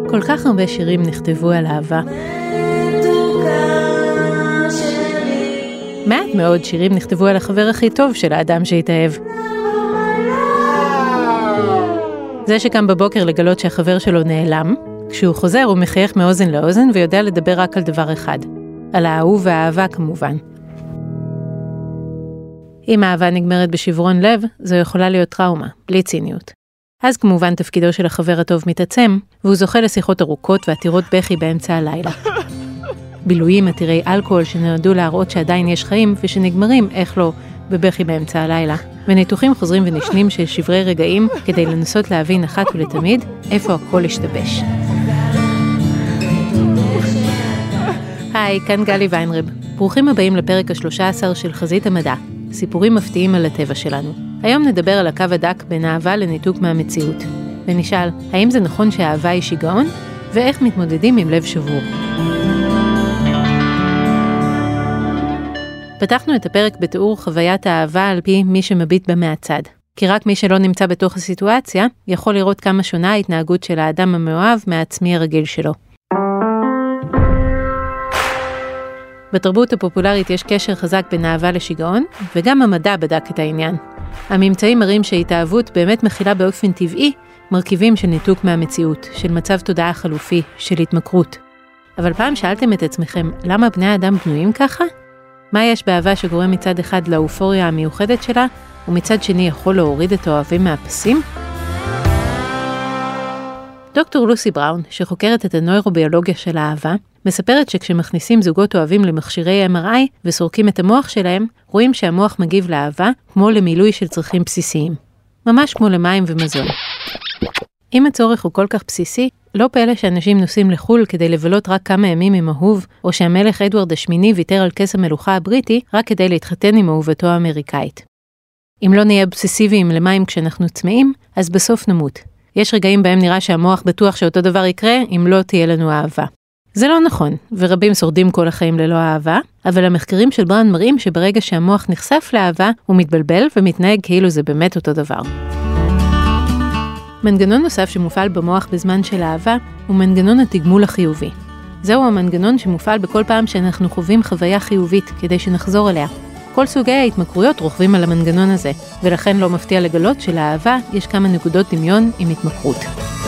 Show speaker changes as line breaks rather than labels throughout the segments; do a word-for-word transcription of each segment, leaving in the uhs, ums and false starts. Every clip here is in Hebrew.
כל כך הרבה שירים נכתבו על אהבה. מעט מאוד שירים נכתבו על החבר הכי טוב של האדם שהתאהב. זה שקם בבוקר לגלות שהחבר שלו נעלם, כשהוא חוזר הוא מחייך מאוזן לאוזן ויודע לדבר רק על דבר אחד, על האהוב והאהבה כמובן. אם האהבה נגמרת בשברון לב, זו יכולה להיות טראומה, בלי ציניות. אז כמובן תפקידו של החבר הטוב מתעצם, והוא זוכה לשיחות ארוכות ועתירות בכי באמצע הלילה. בילויים עתירי אלכוהול שנועדו להראות שעדיין יש חיים ושנגמרים, איך לא, בבכי באמצע הלילה. וניתוחים חוזרים ונשנים של שברי רגעים כדי לנסות להבין אחת ולתמיד איפה הכל השתבש. היי, כאן גלי ויינרב. ברוכים הבאים לפרק ה-שלוש עשרה של חזית המדע. סיפורים מפתיעים על הטבע שלנו. היום נדבר על הקו הדק בין אהבה לניתוק מהמציאות. ונשאל, האם זה נכון שהאהבה היא שיגעון? ואיך מתמודדים עם לב שבור? פתחנו את הפרק בתיאור חוויית האהבה על פי מי שמביט בה מהצד. כי רק מי שלא נמצא בתוך הסיטואציה, יכול לראות כמה שונה ההתנהגות של האדם המאוהב מהעצמי הרגיל שלו. בתרבות הפופולרית יש קשר חזק בין אהבה לשיגעון, וגם המדע בדק את העניין. הממצאים מראים שהתאהבות באמת מכילה באופן טבעי מרכיבים של ניתוק מהמציאות, של מצב תודעה חלופי, של התמכרות. אבל פעם שאלתם את עצמכם, למה בני האדם בנויים ככה? מה יש באהבה שגורם מצד אחד לאופוריה המיוחדת שלה, ומצד שני יכול להוריד את האוהבים מהפסים? דוקטור לוסי בראון, שחוקרת את הנוירוביולוגיה של האהבה, מספרת שכשמכניסים זוגות אוהבים למכשירי אם אר איי וסורקים את המוח שלהם, רואים שהמוח מגיב לאהבה כמו למילוי של צרכים בסיסיים. ממש כמו למים ומזון. אם הצורך הוא כל כך בסיסי, לא פלא שאנשים נוסעים לחול כדי לבלות רק כמה ימים עם אהוב, או שהמלך אדוארד השמיני ויתר על כס המלוכה הבריטי רק כדי להתחתן עם אהובתו האמריקאית. אם לא נהיה אובססיביים למים כשאנחנו צמאים, אז בסוף נמות. יש רגעים בהם נראה שהמוח בטוח שאותו דבר יקרה אם לא תהיה לנו אהבה. זה לא נכון, ורבים שורדים כל החיים ללא אהבה, אבל המחקרים של בראון מראים שברגע שהמוח נחשף לאהבה, הוא מתבלבל ומתנהג כאילו זה באמת אותו דבר. מנגנון נוסף שמופעל במוח בזמן של אהבה, הוא מנגנון התגמול החיובי. זהו המנגנון שמופעל בכל פעם שאנחנו חווים חוויה חיובית, כדי שנחזור אליה. כל סוגי ההתמכרויות רוכבים על המנגנון הזה, ולכן לא מפתיע לגלות שלאהבה יש כמה נקודות דמיון עם התמכרות.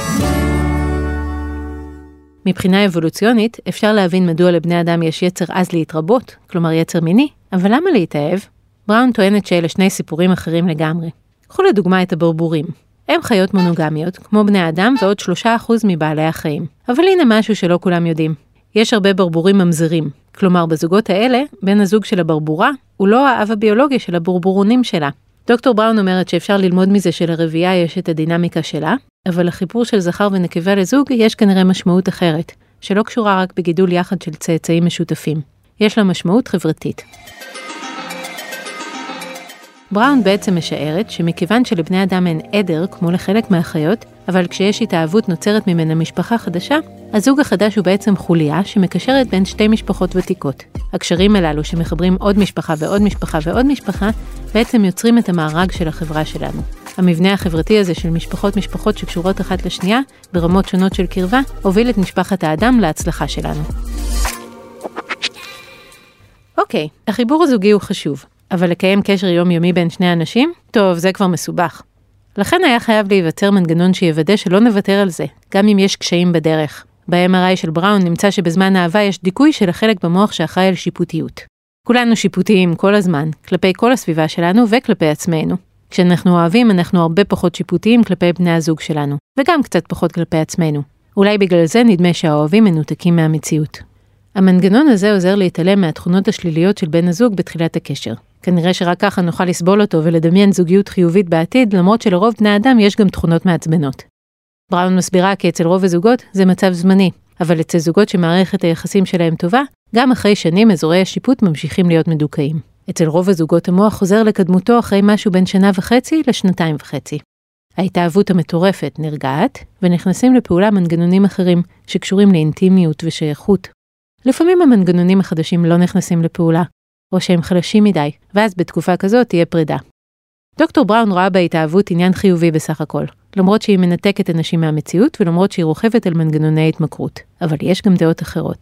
מבחינה אבולוציונית, אפשר להבין מדוע לבני אדם יש יצר עז להתרבות, כלומר יצר מיני, אבל למה להתאהב? בראון טוענת שאלה שני סיפורים אחרים לגמרי. קחו לדוגמה את הברבורים. הם חיות מונוגמיות, כמו בני אדם ועוד שלושה אחוז מבעלי החיים. אבל הנה משהו שלא כולם יודעים. יש הרבה ברבורים ממזרים. כלומר, בזוגות האלה, בן הזוג של הברבורה הוא לא האב הביולוגי של הברבורונים שלה. דוקטור בראון אומרת שאפשר ללמוד מזה שלרבייה יש את הדינמיקה שלה, אבל לחיבור של זכר ונקבה לזוג יש כנראה משמעות אחרת, שלא קשורה רק בגידול יחד של צאצאים משותפים. יש לה משמעות חברתית. בראון בעצם משערת שמכיוון שלבני אדם אין עדר כמו לחלק מהחיות, אבל כשיש התאהבות נוצרת ממנה משפחה חדשה, הזוג החדש הוא בעצם חוליה שמקשרת בין שתי משפחות ותיקות. הקשרים הללו שמחברים עוד משפחה ועוד משפחה ועוד משפחה, בעצם יוצרים את המארג של החברה שלנו. המבנה החברתי הזה של משפחות משפחות שקשורות אחת לשנייה, ברמות שונות של קרבה, הוביל את משפחת האדם להצלחה שלנו. אוקיי, החיבור הזוגי הוא חשוב. אבל לקיים קשר יומיומי בין שני אנשים? טוב, זה כבר מסובך. לכן היה חייב להיווצר מנגנון שיוודא שלא נוותר על זה, גם אם יש קשיים בדרך. ב-אם אר איי של בראון נמצא שבזמן האהבה יש דיכוי של החלק במוח שאחראי על שיפוטיות. כולנו שיפוטיים כל הזמן, כלפי כל הסביבה שלנו וכלפי עצמנו. כשאנחנו אוהבים, אנחנו הרבה פחות שיפוטיים כלפי בני הזוג שלנו, וגם קצת פחות כלפי עצמנו. אולי בגלל זה נדמה שהאוהבים מנותקים מהמציאות. המנגנון הזה עוזר להתעלם מהתכונות השליליות של בן הזוג בתחילת הקשר. כנראה שרק ככה נוכל לסבול אותו ולדמיין זוגיות חיובית בעתיד, למרות שלרוב בני אדם יש גם תכונות מעצבנות. בראון מסבירה כי אצל רוב הזוגות זה מצב זמני, אבל אצל זוגות שמערכת היחסים שלהם טובה, גם אחרי שנים אזורי השיפוט ממשיכים להיות מדוכאים. אצל רוב הזוגות המוח חוזר לקדמותו אחרי משהו בין שנה וחצי לשנתיים וחצי. ההתאהבות המטורפת נרגעת, ונכנסים לפעולה מנגנונים אחרים שקשורים לאינטימיות ושייכות. לפעמים המנגנונים החדשים לא נכנסים לפעולה, או שהם חלשים מדי, ואז בתקופה כזאת תהיה פרידה. דוקטור בראון רואה בהתאהבות עניין חיובי בסך הכל. למרות שהיא מנתקת אנשים מהמציאות ולמרות שהיא רוכבת על מנגנוני התמכרות. אבל יש גם דעות אחרות.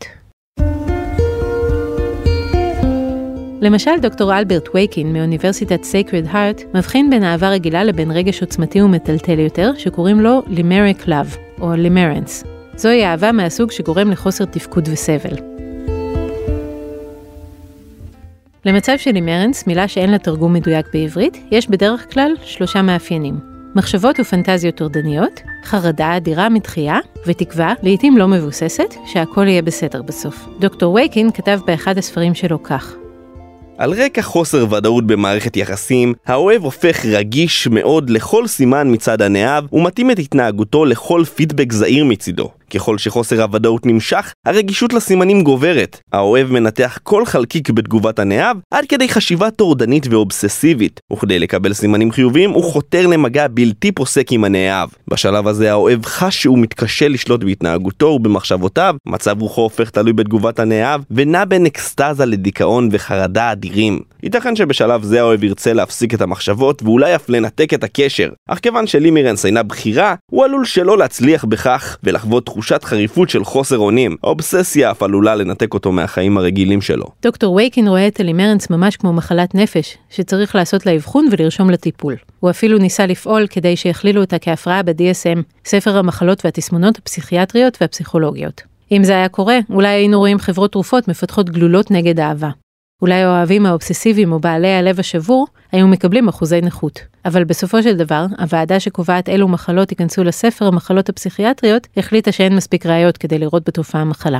למשל, דוקטור אלברט וייקין מאוניברסיטת Sacred Heart מבחין בין אהבה רגילה לבין רגש עוצמתי ומטלטל יותר, שקוראים לו Limerick Love, או Limerence. זוהי אהבה מהסוג שגורם לחוסר תפקוד וסבל. למצב של לימרנס, מילה שאין לה תרגום מדויק בעברית, יש בדרך כלל שלושה מאפיינים. מחשבות ופנטזיות טורדניות, חרדה אדירה מתחייה, ותקווה, לעתים לא מבוססת, שהכל יהיה בסדר בסוף. דוקטור וייקין כתב באחד הספרים שלו כך:
על רקע חוסר ודאות במערכת יחסים, האוהב הופך רגיש מאוד לכל סימן מצד הנאהב, ומתאים את התנהגותו לכל פידבק זהיר מצידו. ככל שחוסר הוודאות נמשך, הרגישות לסימנים גוברת. האוהב מנתח כל חלקיק בתגובת הנאהב, עד כדי חשיבה טורדנית ואובססיבית, וכדי לקבל סימנים חיוביים הוא חותר למגע בלתי פוסק עם הנאהב. בשלב הזה האוהב חש שהוא מתקשה לשלוט בהתנהגותו ובמחשבותיו, מצב רוחו הופך תלוי בתגובת הנאהב, ונע בין אקסטזה לדיכאון וחרדה אדירים. ייתכן שבשלב זה האוהב ירצה להפסיק את המחשבות ואולי אף לנתק את הקשר, אך כיוון שלימרנס אינה בחירה, הוא עלול שלא להצליח בכך ולחוות תחושת חריפות של חוסר אונים. האובססיה אף עלולה לנתק אותו מהחיים הרגילים שלו.
דוקטור וייקין רואה את הלימרנס ממש כמו מחלת נפש, שצריך לעשות לה אבחון ולרשום לטיפול. הוא אפילו ניסה לפעול כדי שיכלילו אותה כהפרעה ב-די אס אם, ספר המחלות והתסמונות הפסיכיאטריות והפסיכולוגיות. אם זה היה קורה, אולי היינו רואים חברות תרופות מפתחות גלולות נגד אהבה. אולי האוהבים האובססיביים או בעלי הלב השבור היו מקבלים אחוזי נכות. אבל בסופו של דבר, הוועדה שקובעת אילו מחלות ייכנסו לספר המחלות הפסיכיאטריות, החליטה שאין מספיק ראיות כדי לראות בתופעה מחלה.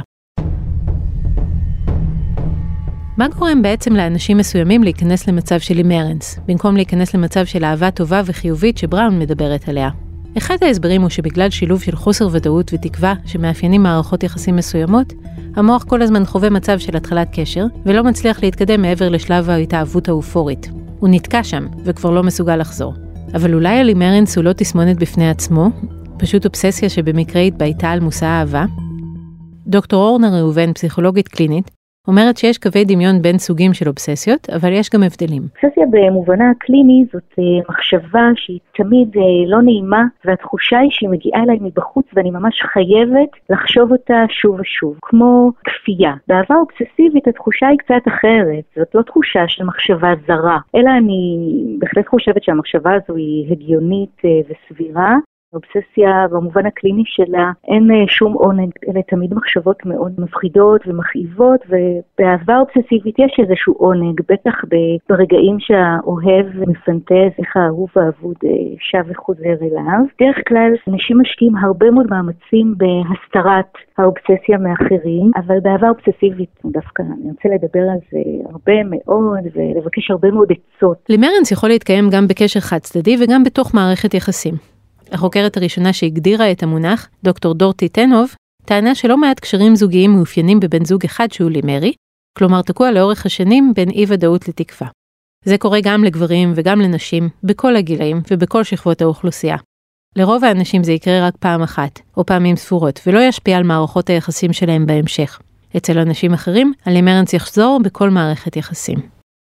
מה גורם בעצם לאנשים מסוימים להיכנס למצב של לימרנס, במקום להיכנס למצב של אהבה טובה וחיובית שבראון מדברת עליה? אחד ההסברים הוא שבגלל שילוב של חוסר ודאות ותקווה שמאפיינים מערכות יחסים מסוימות, המוח כל הזמן חווה מצב של התחלת קשר, ולא מצליח להתקדם מעבר לשלב ההתאהבות האופורית. הוא נתקע שם, וכבר לא מסוגל לחזור. אבל אולי הלימרנס הוא לא תסמונת בפני עצמו, פשוט אובססיה שבמקרה התבייתה על מושא האהבה? דוקטור אורנה ראובן, פסיכולוגית קלינית, אומרת שיש קווי דמיון בין סוגים של אובססיות, אבל יש גם הבדלים.
אובססיה במובנה הקליני זאת מחשבה שהיא תמיד לא נעימה, והתחושה היא שהיא מגיעה אליי מבחוץ, ואני ממש חייבת לחשוב אותה שוב ושוב, כמו כפייה. באהבה אובססיבית התחושה היא קצת אחרת, זאת לא תחושה של מחשבה זרה, אלא אני בהחלט חושבת שהמחשבה הזו היא הגיונית וסבירה. אובססיה במובן הקליני שלה אין שום עונג, אלה תמיד מחשבות מאוד מפחידות ומכאיבות, ובאהבה אובססיבית יש איזשהו עונג, בטח ברגעים שהאוהב מפנטז איך האהוב האבוד שב וחוזר אליו. דרך כלל אנשים משקיעים הרבה מאוד מאמצים בהסתרת האובססיה מאחרים, אבל באהבה אובססיבית דווקא אני רוצה לדבר על זה הרבה מאוד ולבקש הרבה מאוד עצות.
לימרנס יכול להתקיים גם בקשר חד צדדי וגם בתוך מערכת יחסים. החוקרת הראשונה שהגדירה את המונח, דוקטור דורטי טנוב, טענה שלא מעט קשרים זוגיים מאופיינים בבן זוג אחד שהוא לימרי, כלומר תקוע לאורך השנים בין אי ודאות לתקווה. זה קורה גם לגברים וגם לנשים, בכל הגילאים ובכל שכבות האוכלוסייה. לרוב האנשים זה יקרה רק פעם אחת, או פעמים ספורות, ולא ישפיע על מערכות היחסים שלהם בהמשך. אצל אנשים אחרים, הלימרנס יחזור בכל מערכת יחסים.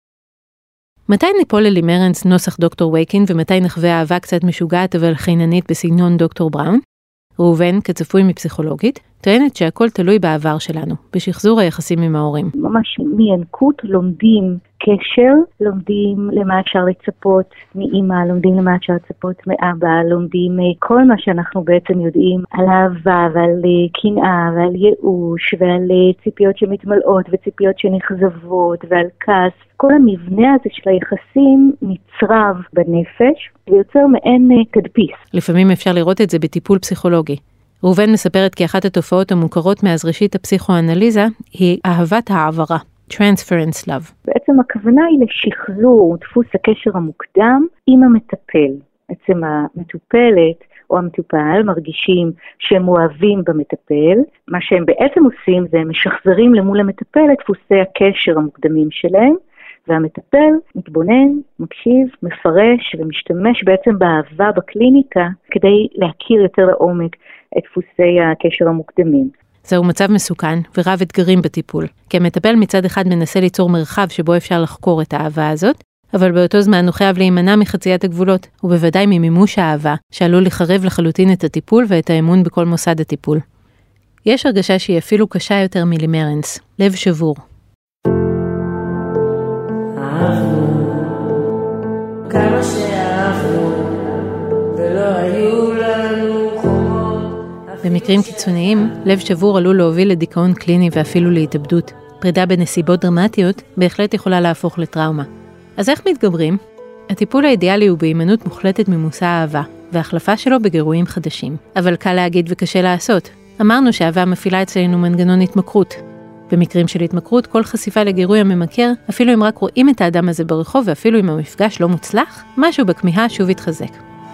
מתי ניפול ללימרנס נוסח דוקטור וייקין ומתי נחווה אהבה קצת משוגעת אבל חיננית בסגנון דוקטור בראון? ראובן, כצפוי מפסיכולוגית, טוענת שהכל תלוי בעבר שלנו, בשחזור היחסים עם ההורים.
ממש מינקות לומדים קשר, לומדים למה אפשר לצפות מאמא, לומדים למה אפשר לצפות מאבא, לומדים כל מה שאנחנו בעצם יודעים על אהבה ועל קנאה ועל ייאוש ועל ציפיות שמתמלאות וציפיות שנכזבות ועל כעס. כל המבנה הזה של היחסים נצרב בנפש ויוצר מעין תדפיס.
לפעמים אפשר לראות את זה בטיפול פסיכולוגי. ראובן מספרת כי אחת התופעות המוכרות מאז ראשית הפסיכואנליזה היא אהבת העברה, transference love.
בעצם הכוונה היא לשחזור דפוס הקשר המוקדם עם המטפל. בעצם המטופלת או המטופל מרגישים שהם אוהבים במטפל, מה שהם בעצם עושים זה הם משחזרים למול המטפל את דפוסי הקשר המוקדמים שלהם, והמטפל מתבונן, מקשיב, מפרש ומשתמש בעצם באהבה בקליניקה כדי להכיר יותר לעומק את דפוסי הקשר המוקדמים.
זהו מצב מסוכן ורב אתגרים בטיפול, כי המטפל מצד אחד מנסה ליצור מרחב שבו אפשר לחקור את האהבה הזאת, אבל באותו זמן הוא חייב להימנע מחציית הגבולות, ובוודאי ממימוש האהבה, שעלול לחרב לחלוטין את הטיפול ואת האמון בכל מוסד הטיפול. יש הרגשה שהיא אפילו קשה יותר מלימרנס, לב שבור.
אהבנו, כמה שאהבנו, ולא היו לנו חומות.
במקרים קיצוניים, לב שבור עלול להוביל לדיכאון קליני ואפילו להתאבדות. פרידה בנסיבות דרמטיות בהחלט יכולה להפוך לטראומה. אז איך מתגברים? הטיפול האידיאלי הוא בהימנעות מוחלטת ממושא האהבה, והחלפה שלו בגירויים חדשים. אבל קל להגיד וקשה לעשות. אמרנו שהאהבה מפעילה אצלנו מנגנון התמכרות. במקרים של התמכרות, כל חשיפה לגירוי הממכר, אפילו אם רק רואים את האדם הזה ברחוב, ואפילו אם המפגש לא מוצלח, משהו בכמיהה שוב יתחזק.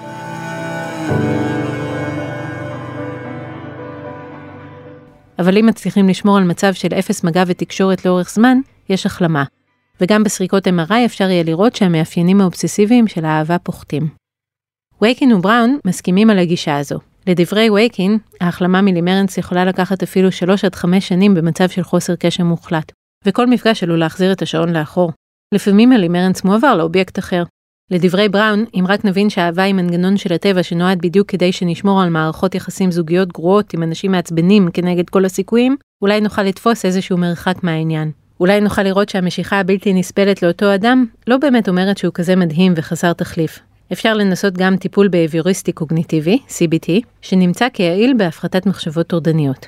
אבל אם מצליחים לשמור על מצב של אפס מגע ותקשורת לאורך זמן, יש החלמה. וגם בסריקות אם אר איי אפשר יהיה לראות שהמאפיינים האובססיביים של האהבה פוחתים. וייקין ובראון מסכימים על הגישה הזו. לדברי וייקין, ההחלמה מלימרנס יכולה לקחת אפילו שלוש עד חמש שנים במצב של חוסר קשר מוחלט, וכל מפגש עלול להחזיר את השעון לאחור. לפעמים הלימרנס מועבר לאובייקט אחר. לדברי בראון, אם רק נבין שהאהבה היא מנגנון של הטבע שנועד בדיוק כדי שנשמור על מערכות יחסים זוגיות גרועות עם אנשים מעצבנים כנגד כל הסיכויים, אולי נוכל לתפוס איזשהו מרחק מהעניין. אולי נוכל לראות שהמשיכה הבלתי נסבלת לאותו אדם לא באמת אומרת שהוא כזה מדהים וחסר תחליף. אפשר לנסות גם טיפול בהביוריסטי קוגניטיבי, סי בי טי, שנמצא כיעיל בהפחתת מחשבות טורדניות.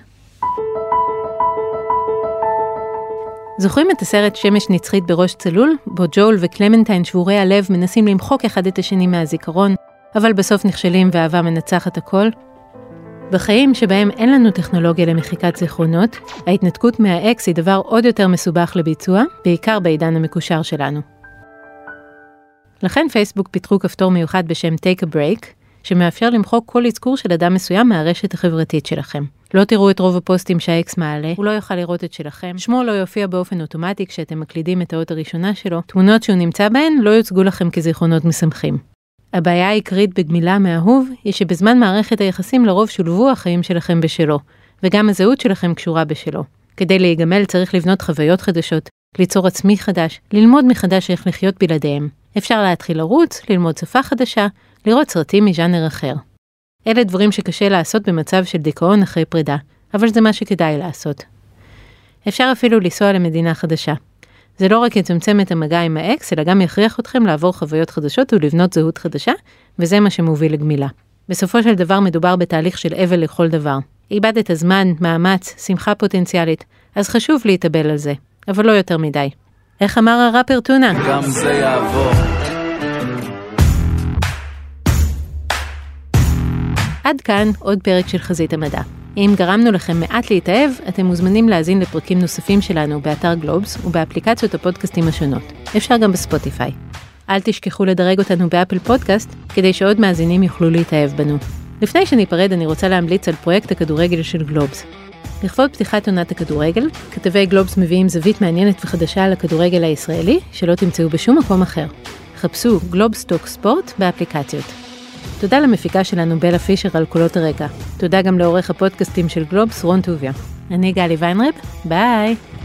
זוכרים את הסרט שמש נצחית בראש צלול, בו ג'ול וקלמנטיין שבורי הלב מנסים למחוק אחד את השני מהזיכרון, אבל בסוף נכשלים ואהבה מנצחת הכל? בחיים שבהם אין לנו טכנולוגיה למחיקת זיכרונות, ההתנתקות מהאקס היא דבר עוד יותר מסובך לביצוע, בעיקר בעידן המקושר שלנו. לכן פייסבוק פיתחו כפתור מיוחד בשם Take a Break, שמאפשר למחוק כל אזכור של אדם מסוים מהרשת החברתית שלכם. לא תראו את רוב הפוסטים שהאקס מעלה, הוא לא יוכל לראות את שלכם, שמו לא יופיע באופן אוטומטי כשאתם מקלידים את האות הראשונה שלו, תמונות שהוא נמצא בהן לא יוצגו לכם כזיכרונות משמחים. הבעיה העיקרית בגמילה מאהוב היא שבזמן מערכת היחסים לרוב שולבו החיים שלכם בשלו, וגם הזהות שלכם קשורה בשלו. כדי להיגמל צריך לבנות חוויות חדשות, ליצור עצמי חדש, ללמוד מחדש איך לחיות בלעדיהם. אפשר להתחיל לרוץ, ללמוד שפה חדשה, לראות סרטים מז'אנר אחר. אלה דברים שקשה לעשות במצב של דיכאון אחרי פרידה, אבל זה מה שכדאי לעשות. אפשר אפילו לנסוע למדינה חדשה. זה לא רק יצמצם את המגע עם האקס, אלא גם יכריח אתכם לעבור חוויות חדשות ולבנות זהות חדשה, וזה מה שמוביל לגמילה. בסופו של דבר מדובר בתהליך של אבל לכל דבר. איבדת הזמן, מאמץ, שמחה פוטנציאלית, אז חשוב להתאבל על זה, אבל לא יותר מדי. איך אמר הראפר טונה?
גם זה יעבור.
עד כאן עוד פרק של חזית המדע. אם גרמנו לכם מעט להתאהב, אתם מוזמנים להאזין לפרקים נוספים שלנו באתר גלובס ובאפליקציות הפודקאסטים השונות. אפשר גם בספוטיפיי. אל תשכחו לדרג אותנו באפל פודקאסט, כדי שעוד מאזינים יוכלו להתאהב בנו. לפני שניפרד, אני רוצה להמליץ על פרויקט הכדורגל של גלובס. לכבוד פתיחת עונת הכדורגל, כתבי גלובס מביאים זווית מעניינת וחדשה על הכדורגל הישראלי, שלא תמצאו בשום מקום אחר. חפשו גלובסטוק ספורט באפליקציות. תודה למפיקה שלנו בלה פישר על קולות הרקע. תודה גם לעורך הפודקאסטים של גלובס רון טוביה. אני גלי ויינרב, ביי!